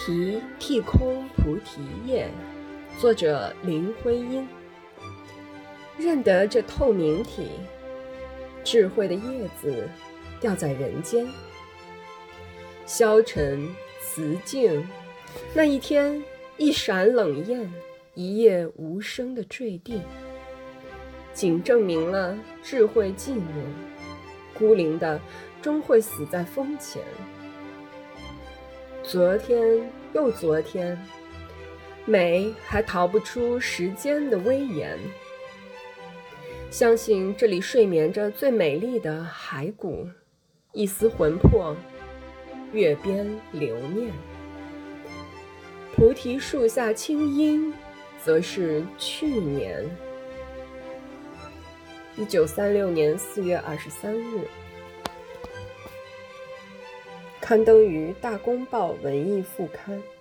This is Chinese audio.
题剃空菩提叶，作者林徽因。认得这透明体，智慧的叶子掉在人间，消沉辞静，那一天一闪冷艳，一夜无声的坠地，仅证明了智慧寂寞，孤零的终会死在风前。昨天又昨天，美还逃不出时间的威严。相信这里睡眠着最美丽的骸骨，一丝魂魄，月边留念。菩提树下清音，则是去年。1936年4月23日，刊登于《大公报文艺副刊》。